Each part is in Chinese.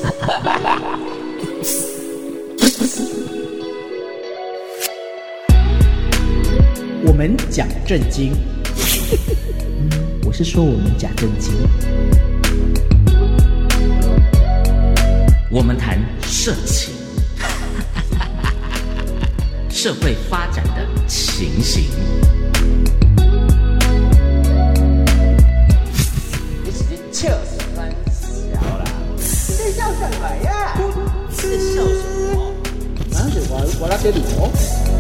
我们讲正经，我是说我们讲正经。 我们谈社情，社会发展的情形。 你是笑三小啦？你笑什么呀？你在笑什么？那是我那给你哦。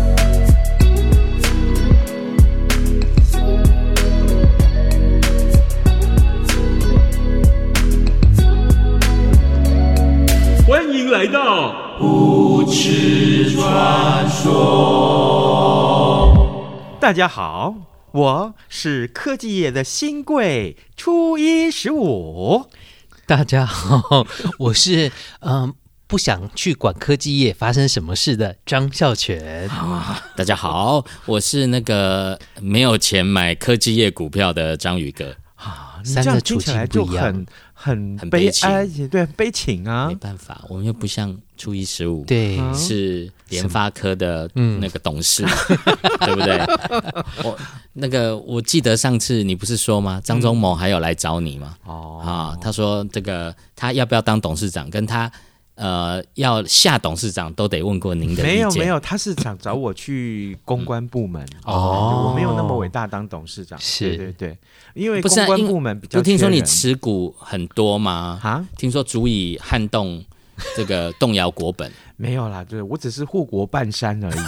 欢迎来到不耻传说。大家好，我是科技业的新贵初一15。 大家好，我是不想去管科技业发生什么事的张孝全。 大家好，我是那个没有钱买科技业股票的张宇哥。 你这样听起来就很悲哀，对，悲情啊。 没办法，我们又不像初一15， 对， 是联发科的那个董事，对不对？我记得上次你不是说吗？张忠谋还有来找你吗？他说这个他要不要当董事长，跟他要下董事长都得问过您的意见。 没有，他是想找我去公关部门。我没有那么伟大当董事长。 是， 对，因为公关部门比较缺人。 不听说你持股很多吗？听说足以撼动这个动摇国本。 没有啦，对，我只是护国半山而已。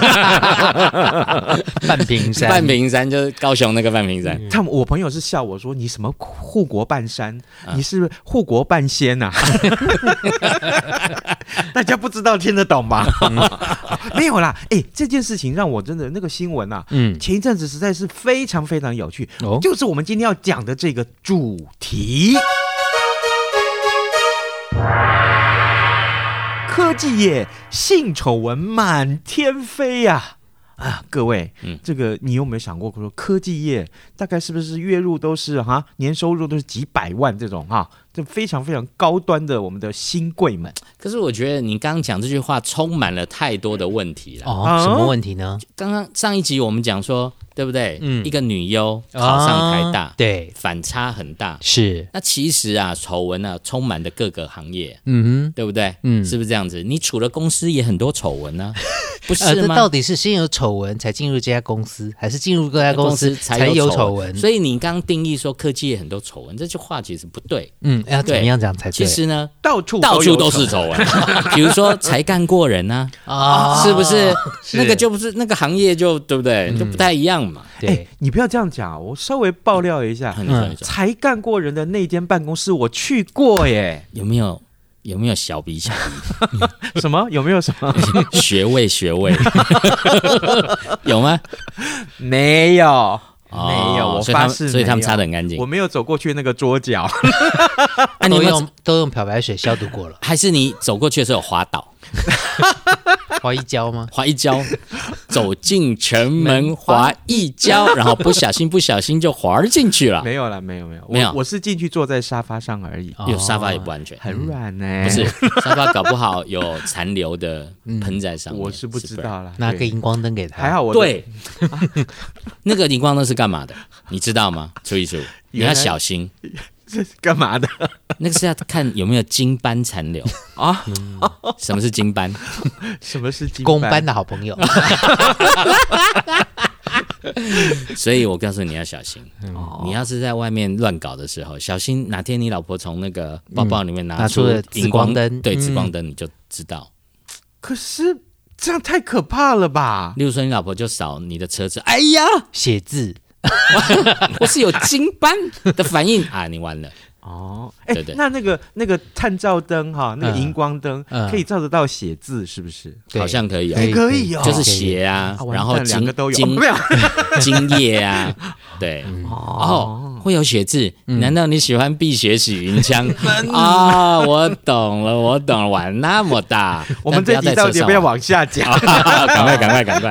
半屏山， 半屏山就是高雄那个半屏山。 我朋友是笑我说：“你什么护国半山？你是护国半仙啊！”大家不知道听得懂吗？没有啦，这件事情让我真的那个新闻啊，前一阵子实在是非常非常有趣，就是我们今天要讲的这个主题。科技业性丑闻满天飞呀！各位，这个你有没有想过，说科技业大概是不是月入都是年收入都是几百万这种这非常非常高端的我们的新贵们？ 可是我觉得你刚刚讲这句话充满了太多的问题了。 什么问题呢？ 刚刚上一集我们讲说，对不对？一个女优考上台大， 对， 反差很大。 是， 那其实丑闻充满的各个行业，对不对？是不是这样子？你处的公司也很多丑闻啊，不是吗？ 这到底是先有丑闻才进入这家公司，还是进入这家公司才有丑闻？ 所以你刚刚定义说科技业很多丑闻，这句话其实不对。 要怎么样讲才对？ 其实呢， 到处都是丑闻。比如说才干过人是不是？那个就不是那个行业，就对不对？就不太一样嘛。 对， 你不要这样讲，我稍微爆料一下，才干过人的那间办公室我去过耶。 有没有小鼻小鼻？ 什么？有没有什么学位有吗？ 没有。我发誓， 所以他们擦得很干净。 我没有走过去那个桌角， 都用漂白水消毒过了。 还是你走过去的时候有滑倒？ 滑一跤吗？ 滑一跤，走进城门滑一跤，然后不小心就滑进去了。 没有，我是进去坐在沙发上而已。 有沙发也不安全， 很软呢。 不是沙发搞不好有残留的喷在上面， 我是不知道啦。 拿个荧光灯给他， 还好我对。那个荧光灯是干嘛的？你知道吗？初一15，你要小心。 这是干嘛的？ 那个是要看有没有金斑残留啊。什么是金斑？ 什么是金斑？ 公班的好朋友。 所以我告诉你要小心。你要是在外面乱搞的时候，小心哪天你老婆从那个包包里面拿出紫光灯， 对，紫光灯你就知道。 可是这样太可怕了吧？ 例如说你老婆就扫你的车子，哎呀， 写字。 我是有金斑的反应啊，你完了。 对，那个探照灯那个荧光灯可以照得到写字是不是？ 好像可以可以就是写然后两个都有， 精液啊，对，会有写字。难道你喜欢碧血洗云枪啊？我懂了，玩那么大， 我们这集到底要不要往下讲？ 赶快！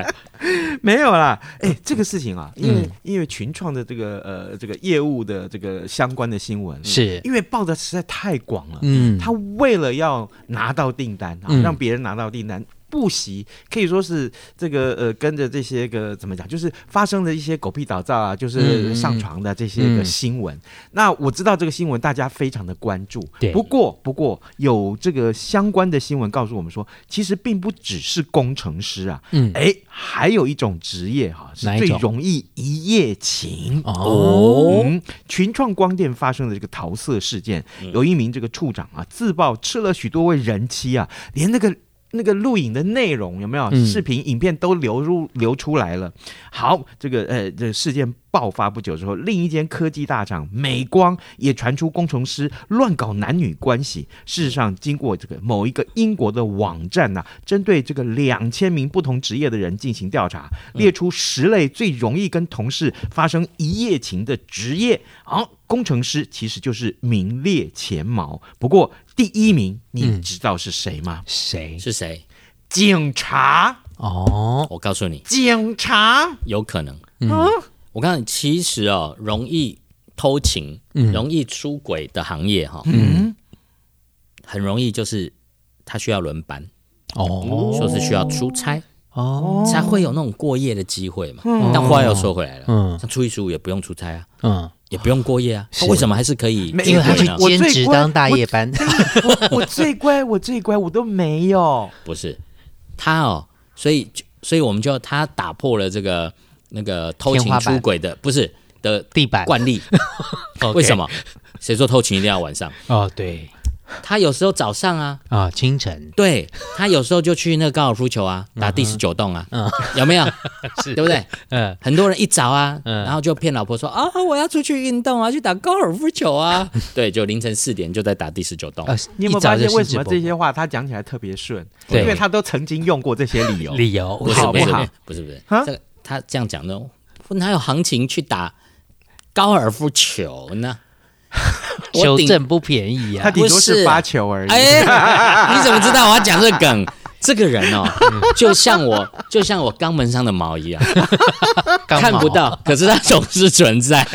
没有啦，这个事情啊，因为群创的这个业务的这个相关的新闻， 是因为报的实在太广了，他为了要拿到订单啊，让别人拿到订单。不惜可以说是这个跟着这些个怎么讲，就是发生的一些狗屁倒灶啊，就是上床的这些个新闻。那我知道这个新闻大家非常的关注，不过有这个相关的新闻告诉我们说，其实并不只是工程师啊，还有一种职业哈，是最容易一夜情群创光电发生的这个桃色事件，有一名这个处长啊自曝吃了许多位人妻啊，连那个录影的内容有没有视频、影片都流出来了。好，这个事件爆发不久之后，另一间科技大厂美光也传出工程师乱搞男女关系。事实上，经过这个某一个英国的网站啊，针对这个2000名不同职业的人进行调查，列出10类最容易跟同事发生一夜情的职业。好，工程师其实就是名列前茅。不过第1名，你知道是谁吗？ 谁？ 是谁？ 警察。 我告诉你， 警察有可能。我告诉你，其实容易偷情、容易出轨的行业很容易就是他需要轮班，说是需要出差。才会有那种过夜的机会嘛。但话又说回来了，像初一十五也不用出差啊，也不用过夜啊，他为什么还是可以？ 因为他去兼职当大夜班。 我最乖，我都没有。 不是他所以我们就他打破了这个那个偷情出轨的不是的地板惯例。为什么？谁说偷情一定要晚上？ 对。 他有时候早上啊， 清晨， 对，他有时候就去那个高尔夫球啊，打第19洞啊，有没有？对不对？很多人一早啊，然后就骗老婆说啊，我要出去运动啊，去打高尔夫球啊，对，就凌晨4点就在打第19洞。 你有没有发现为什么这些话他讲起来特别顺？因为他都曾经用过这些理由， 不是，他这样讲呢，哪有行情去打高尔夫球呢？ 修正不便宜啊， 他顶多是发球而已。 你怎么知道我要讲这个梗？这个人就像我肛门上的毛一样，看不到，可是他总是存在。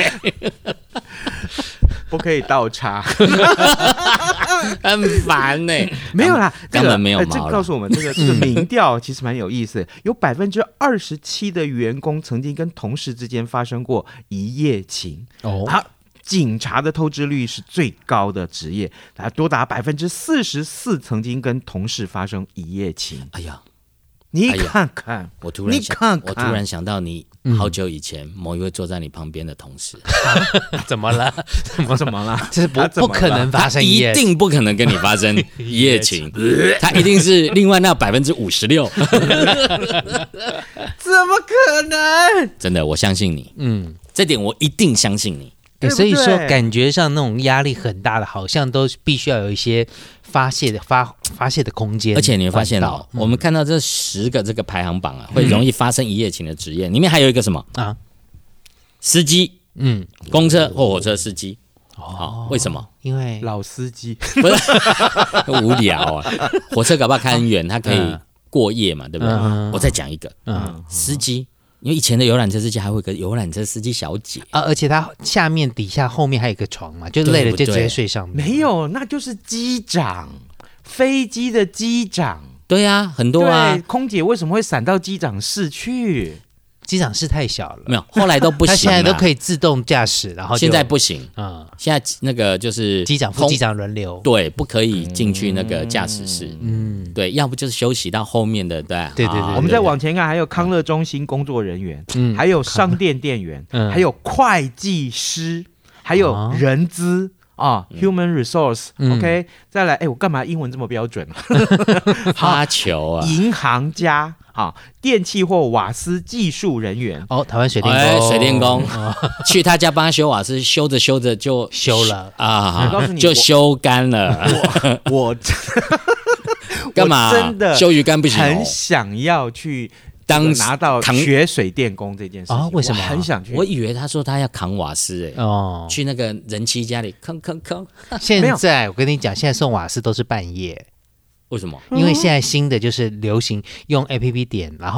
不可以倒插， 很烦呢。 没有啦， 根本没有毛。 这告诉我们，这个民调其实蛮有意思的，有27%的员工曾经跟同事之间发生过一夜情。警察的透支率是最高的职业，多达44%曾经跟同事发生一夜情。 哎呀， 你看看， 我突然想到你好久以前某一位坐在你旁边的同事， 怎么了？ 怎么了？ 这是不可能发生， 一定不可能跟你发生一夜情，他一定是另外那56%。 怎么可能？ 真的，我相信你。这点我一定相信你。 所以说，感觉上那种压力很大的，好像都必须要有一些发泄的空间。 而且你会发现我们看到这10个这个排行榜啊，会容易发生一夜情的职业，里面还有一个什么啊？司机，公车或火车司机。为什么？ 因为老司机不是无聊啊。火车搞不好开很远，它可以过夜嘛，对不对？我再讲一个，司机。因为以前的游览车司机还会有个游览车司机小姐而且他下面底下后面还有一个床嘛，就累了就直接睡上面。 没有，那就是机长，飞机的机长。 对啊，很多啊。 对，空姐为什么会闪到机长室去？ 机长室太小了， 没有，后来都不行了。 他现在都可以自动驾驶，然后现在不行现在那个就是机长、副机长轮流， 对，不可以进去那个驾驶室。对，要不就是休息到后面的，对。 我们再往前看，还有康乐中心工作人员，还有商店店员，还有会计师，还有人资。human resource，OK，再来，我干嘛英文这么标准发球啊！ 银行家电气或瓦斯技术人员。 台湾水电工， 去他家帮他修瓦斯，修着修着就修了我告诉你， 就修干了。 我干嘛？ 真的修鱼干不行， 很想要去。拿到学水电工这件事情为什么很想去？ 我以为他说他要扛瓦斯去那个人妻家里扛。 现在我跟你讲，现在送瓦斯都是半夜。 为什么？ 因为现在新的就是流行用 APP 点，然后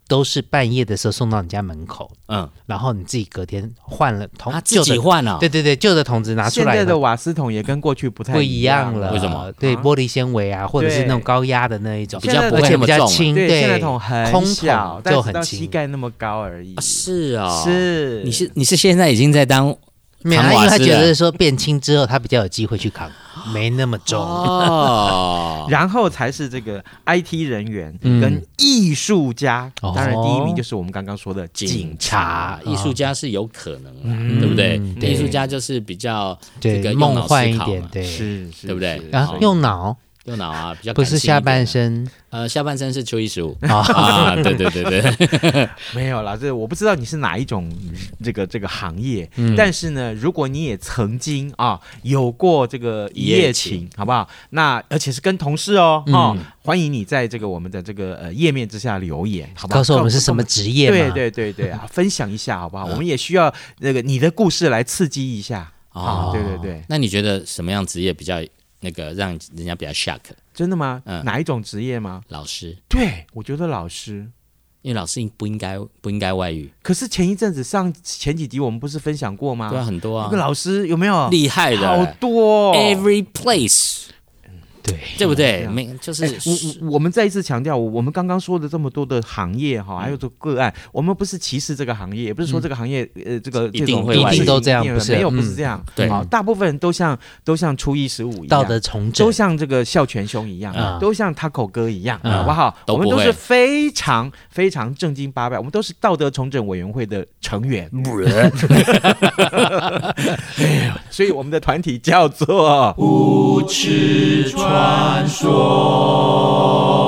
都是半夜的时候送到你家门口，然后你自己隔天换了桶， 自己换啊？ 对对对，旧的桶子拿出来。 现在的瓦斯桶也跟过去不太一样了， 为什么？ 对，玻璃纤维啊，或者是那种高压的那一种， 比较不会那么重，轻。 对， 对， 现在桶很小， 就很轻， 到膝盖那么高而已。 是啊， 是， 你是现在已经在当没有，因为他觉得说变轻之后，他比较有机会去扛，没那么重。 然后才是这个 IT 人员跟艺术家，当然第一名就是我们刚刚说的警察。 艺术家是有可能对不对？艺术家就是比较这个梦幻一点，对， 是， 对不对？ 然后用脑啊，比较不是下半身， 下半身是初一15啊，对对对对， 没有啦，这我不知道你是哪一种这个行业，但是呢，如果你也曾经有过这个一夜情，好不好？那而且是跟同事欢迎你在这个我们的这个页面之下留言，好不好？ 告诉我们是什么职业嘛？ 对对对对啊，分享一下好不好？我们也需要那个你的故事来刺激一下对对对。 那你觉得什么样职业比较？那个让人家比较 shock， 真的吗？哪一种职业吗？ 老师。 对，我觉得老师， 因为老师不应该外遇。 可是前一阵子前几集我们不是分享过吗？ 对啊，很多啊。 那个老师有没有厉害的？ 好多 ，every place。对不对？就是我们再一次强调，我们刚刚说的这么多的行业还有这个个案，我们不是歧视这个行业，也不是说这个行业这个一定会一定都这样，不是？ 没有，不是这样。 对， 大部分人都像初一15一样， 道德重整， 都像这个孝全兄一样，都像Taco哥一样，好不好？我们都是非常非常正经八百，我们都是道德重整委员会的成员。所以我们的团体叫做无耻传说。